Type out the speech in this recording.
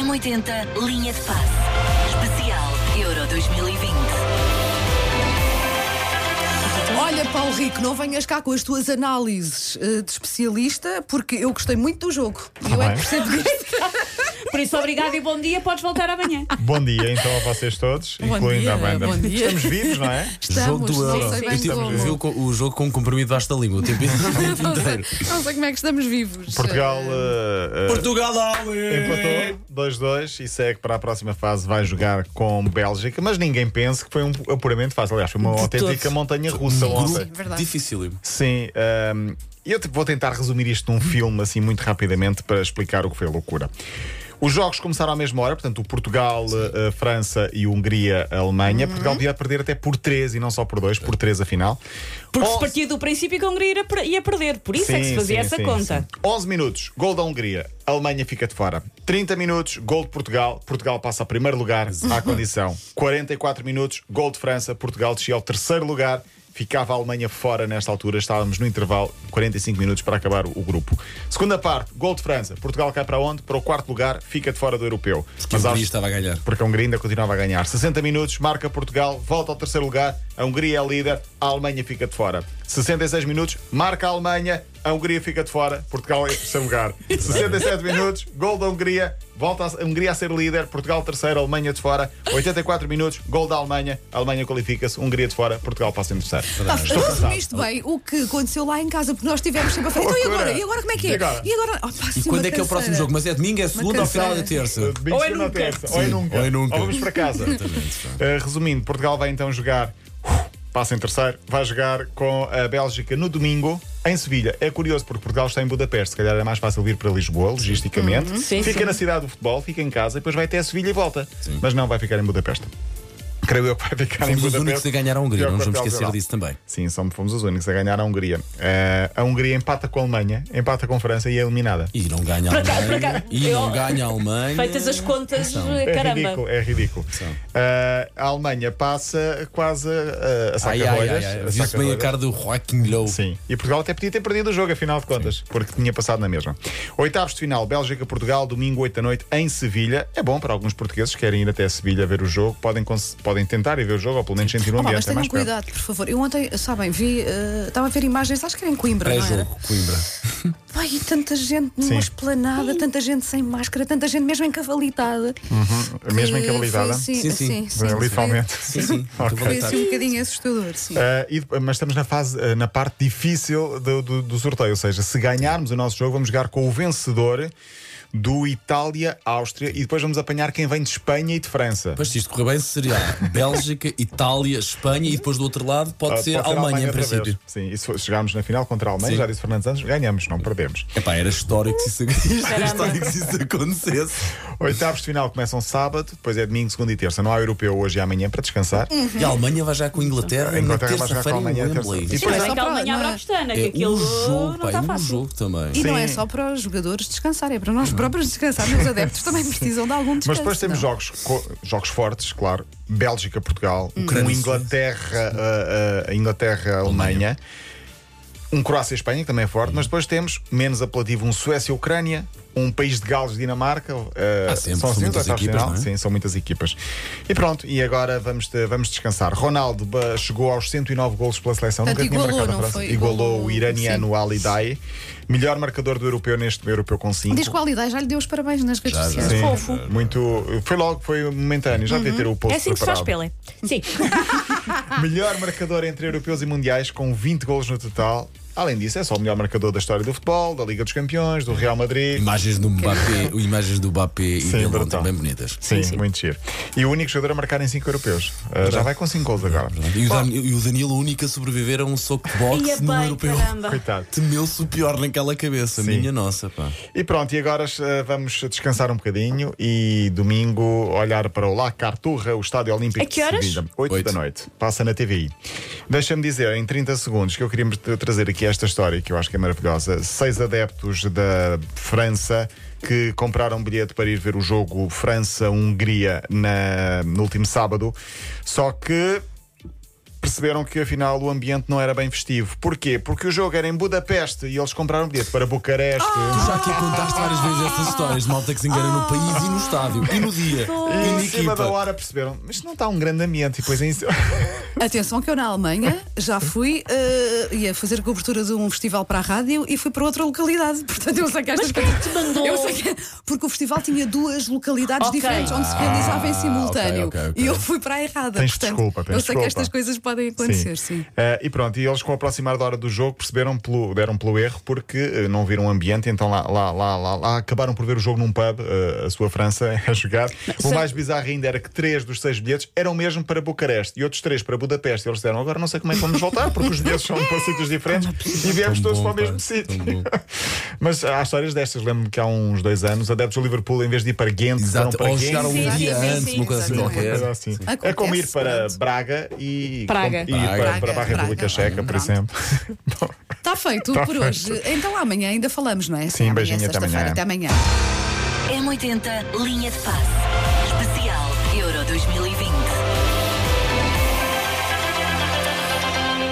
M80 Linha de Passe. Especial Euro 2020. Olha, Paulo Rico, não venhas cá com as tuas análises de especialista, porque eu gostei muito do jogo. E eu é que percebo disto. Por isso, obrigado e bom dia. Podes voltar amanhã. Bom dia então a vocês todos, incluindo dia, a banda. bom dia. Estamos vivos, não é? Estamos, Jogo do Euro. não sei bem Eu tive como. o jogo com um comprimido debaixo da língua o tempo inteiro. Não sei como é que estamos vivos. Portugal Portugal empatou 2-2 e segue para a próxima fase. Vai jogar com Bélgica, mas ninguém pense que foi um apuramento fácil. Aliás, foi uma autêntica montanha russa ontem. Verdade. Dificílimo. Sim, eu vou tentar resumir isto num filme assim muito rapidamente para explicar o que foi a loucura. Os jogos começaram à mesma hora, portanto, o Portugal, a França e Hungria, a Alemanha. Portugal devia perder até por 3 e não só por 2, por 3 afinal. Porque se partia do princípio que a Hungria ia perder. Por isso é que se fazia essa conta. 11 minutos, gol da Hungria, a Alemanha fica de fora. 30 minutos, gol de Portugal, Portugal passa a primeiro lugar à condição. 44 minutos, gol de França, Portugal descia ao terceiro lugar. Ficava a Alemanha fora nesta altura, estávamos no intervalo, 45 minutos para acabar o grupo. Segunda parte, gol de França. Portugal cai para onde? Para o quarto lugar, fica de fora do europeu. Porque a Hungria estava a ganhar. Porque a Hungria ainda continuava a ganhar. 60 minutos, marca Portugal, volta ao terceiro lugar, a Hungria é líder, a Alemanha fica de fora. 66 minutos, marca a Alemanha, a Hungria fica de fora, Portugal é em terceiro lugar. 67 minutos, gol da Hungria, volta a Hungria a ser líder, Portugal terceiro, Alemanha de fora. 84 minutos, gol daAlemanha, a Alemanha qualifica-se, Hungria de fora, Portugal passa em terceiro. Resumiste bem o que aconteceu lá em casa, porque nós tivemos sempre a falar. Então, e agora? E agora como é que é? E agora? E quando é que é o próximo jogo? Mas é domingo, é segunda ou final da terça? Domingo, segunda ou terça. Ou é nunca. Ou vamos para casa. Resumindo, Portugal vai então jogar, passa em terceiro, vai jogar com a Bélgica no domingo em Sevilha. É curioso porque Portugal está em Budapeste, se calhar é mais fácil vir para Lisboa, logisticamente. Fica na cidade do futebol, fica em casa, depois vai até Sevilha e volta. Mas não, vai ficar em Budapeste. Creio eu que vai ficar em Fomos os Budapeste. únicos a ganhar a Hungria, não nos vamos esquecer geral. disso também. Sim, fomos os únicos a ganhar a Hungria. A Hungria empata com a Alemanha, empata com a França e é eliminada. E não ganha a Para cá, Alemanha. para cá. E não ganha a Alemanha. Feitas as contas, É caramba. ridículo, é ridículo. A Alemanha passa quase a Ai, saca-rolhas. viu-se bem a cara do Joaquim Low. Sim, e Portugal até podia ter perdido o jogo, afinal de contas, porque tinha passado na mesma. Oitavos de final, Bélgica-Portugal, domingo 8 da noite, em Sevilha. É bom para alguns portugueses que querem ir até Sevilha ver o jogo, podem tentar ir ver o jogo, ou pelo menos sentir um Mas ambiente. É tenham mais perto. cuidado, por favor. Eu ontem, sabem, estava a ver imagens, acho que era em Coimbra, não era? Pré-jogo, Coimbra. Ai, e tanta gente numa Sim. esplanada, tanta gente sem máscara, tanta gente mesmo encavalitada. Mesmo Que encavalitada? foi assim, Sim. Literalmente. Sim. Foi assim um bocadinho assustador, sim. Mas estamos na parte difícil do sorteio, ou seja, se ganharmos o nosso jogo, vamos jogar com o vencedor do Itália-Áustria e depois vamos apanhar quem vem de Espanha e de França. Pois se isto correr bem, seria Bélgica, Itália, Espanha e depois do outro lado pode ser Alemanha em outra princípio. vez. Sim, e se chegarmos na final contra a Alemanha, Sim. já disse Fernando Santos, ganhamos, não perdemos. Epá, era histórico se isso acontecesse. Oitavos de final começam sábado, depois é domingo, segunda e terça. Não há europeu hoje e amanhã para descansar. E a Alemanha vai já com a Inglaterra A na Inglaterra vai jogar com a terça-feira em Alemanha na Wembley. terça. Sim, mas Não é é que a só Alemanha para- abre a pestana, que É aquilo um jogo, não pá, está é um fácil. jogo também. E não é Sim. só para os jogadores descansarem, é para nós próprios descansarmos. Os adeptos também precisam de algum descanso. Mas depois temos não? jogos fortes, claro. Bélgica, Portugal, Ucrânia, Inglaterra, Alemanha. Um Croácia-Espanha, que também é forte, mas depois temos, menos apelativo, um Suécia-Ucrânia, um país de Gales, Dinamarca. sempre, são são muitas os oitavos de equipas, final. não é? Sim, são muitas equipas. E pronto, e agora vamos descansar. Ronaldo chegou aos 109 golos pela seleção, Portanto, nunca tinha igualou, marcado não na França. foi? Igualou o iraniano Ali Daei, melhor marcador do europeu neste europeu com 5. Diz qualidade, já lhe deu os parabéns nas redes Já. sociais. Sim, Fofo. muito. Foi momentâneo, já devia ter o post É assim que se faz preparado. Pelé. Sim. Melhor marcador entre europeus e mundiais com 20 golos no total. Além disso, é só o melhor marcador da história do futebol, da Liga dos Campeões, do Real Madrid. Imagens do Mbappé e Sim, dele brutal. ontem bem bonitas. Sim, muito giro. E o único jogador a marcar em 5 europeus. Já vai com 5 gols agora. E o Danilo, o único a sobreviver a um soco de Ia boxe no bem, europeu. caramba. Coitado. Temeu-se o pior naquela cabeça, Sim. minha nossa, pá. E pronto, e agora vamos descansar um bocadinho e domingo olhar para o La Carturra, o Estádio Olímpico A que horas? de Sevilha. 8 Oito. da noite. Passa na TVI. Deixa-me dizer, em 30 segundos, que eu queria trazer aqui esta história que eu acho que é maravilhosa. 6 adeptos da França que compraram um bilhete para ir ver o jogo França-Hungria no último sábado, só que perceberam que afinal o ambiente não era bem festivo. Porquê? Porque o jogo era em Budapeste e eles compraram um bilhete para Bucareste. Tu já aqui contaste várias vezes essas histórias de malta que se engana no país e no estádio e no dia. E na em cima equipa. da hora perceberam, mas isto não está um grande ambiente. E depois Atenção que eu na Alemanha já fui ia fazer cobertura de um festival para a rádio e fui para outra localidade. Portanto, eu sei que estas coisas. te mandou? Eu sei que... Porque o festival tinha duas localidades Ok. diferentes onde se realizava em simultâneo. ok. E eu fui para a errada. Tens Portanto, desculpa, tens eu sei que desculpa. estas coisas podem acontecer, sim. E pronto, e eles com o aproximar da hora do jogo perceberam deram pelo erro porque não viram o ambiente, então lá acabaram por ver o jogo num pub, a sua França a jogar. O mais bizarro ainda era que 3 dos 6 bilhetes eram mesmo para Bucareste e outros 3 para Budapeste. E eles disseram, agora não sei como é que vamos voltar, porque os bilhetes são para sítios diferentes e viemos Tão todos bom, para o mesmo pá, sítio. tão bom. Mas há histórias destas. Lembro-me que há uns 2 anos, adeptos do Liverpool, em vez de ir para Ghent, foram Exato, para ou Ghent. chegaram um Sim, sim, dia sim, antes, sim, uma coisa assim exatamente. qualquer. Coisa assim. Acontece, É como ir para pronto. Braga e Praga. ir Praga, para a República Praga. Checa, por Pronto. exemplo. Bom, Está feito Tá por feito. hoje. Então amanhã ainda falamos, não é? Sim, Amanhã, beijinho, até sexta-feira. amanhã. Até amanhã. M80 Linha de Passe.